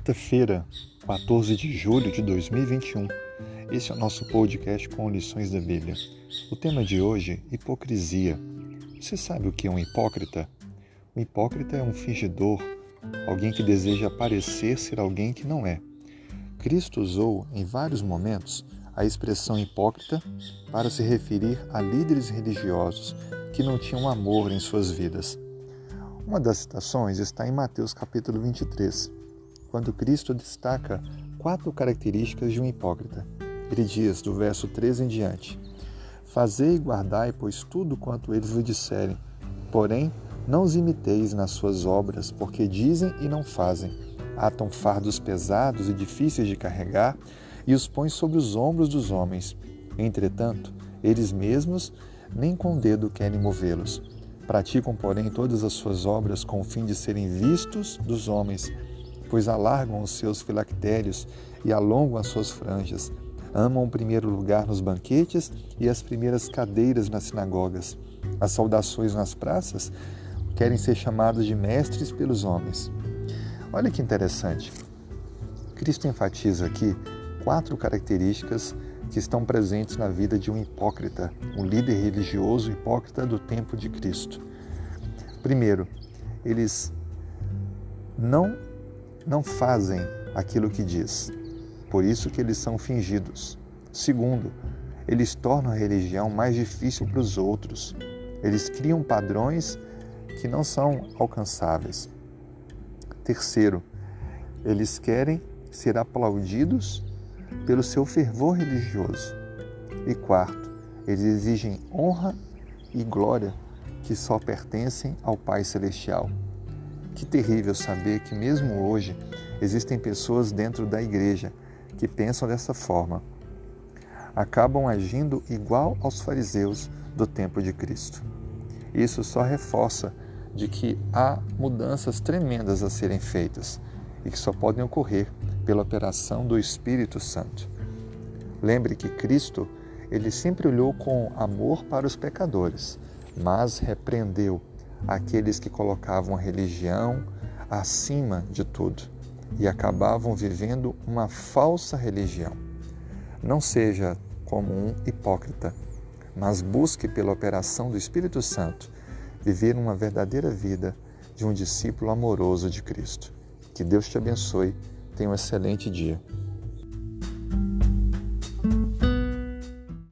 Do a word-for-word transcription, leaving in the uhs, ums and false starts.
Quarta-feira, quatorze de julho de dois mil e vinte e um. Esse é o nosso podcast com lições da Bíblia. O tema de hoje, hipocrisia. Você sabe o que é um hipócrita? O hipócrita é um fingidor, alguém que deseja parecer ser alguém que não é. Cristo usou, em vários momentos, a expressão hipócrita para se referir a líderes religiosos que não tinham amor em suas vidas. Uma das citações está em Mateus capítulo vinte e três, quando Cristo destaca quatro características de um hipócrita. Ele diz, do verso treze em diante: Fazei e guardai, pois, tudo quanto eles vos disserem, porém, não os imiteis nas suas obras, porque dizem e não fazem. Atam fardos pesados e difíceis de carregar e os põem sobre os ombros dos homens. Entretanto, eles mesmos nem com o dedo querem movê-los. Praticam, porém, todas as suas obras com o fim de serem vistos dos homens, pois alargam os seus filactérios e alongam as suas franjas. Amam o primeiro lugar nos banquetes e as primeiras cadeiras nas sinagogas. As saudações nas praças querem ser chamados de mestres pelos homens. Olha que interessante. Cristo enfatiza aqui quatro características que estão presentes na vida de um hipócrita, um líder religioso hipócrita do tempo de Cristo. Primeiro, eles não, não fazem aquilo que diz, por isso que eles são fingidos. Segundo, eles tornam a religião mais difícil para os outros. Eles criam padrões que não são alcançáveis. Terceiro, eles querem ser aplaudidos pelo seu fervor religioso. E quarto, eles exigem honra e glória que só pertencem ao Pai Celestial. Que terrível saber que mesmo hoje existem pessoas dentro da igreja que pensam dessa forma. Acabam agindo igual aos fariseus do tempo de Cristo. Isso só reforça de que há mudanças tremendas a serem feitas e que só podem ocorrer pela operação do Espírito Santo. Lembre que Cristo, ele sempre olhou com amor para os pecadores, mas repreendeu aqueles que colocavam a religião acima de tudo e acabavam vivendo uma falsa religião. Não seja como um hipócrita, mas busque pela operação do Espírito Santo viver uma verdadeira vida de um discípulo amoroso de Cristo. Que Deus te abençoe. Tenha um excelente dia.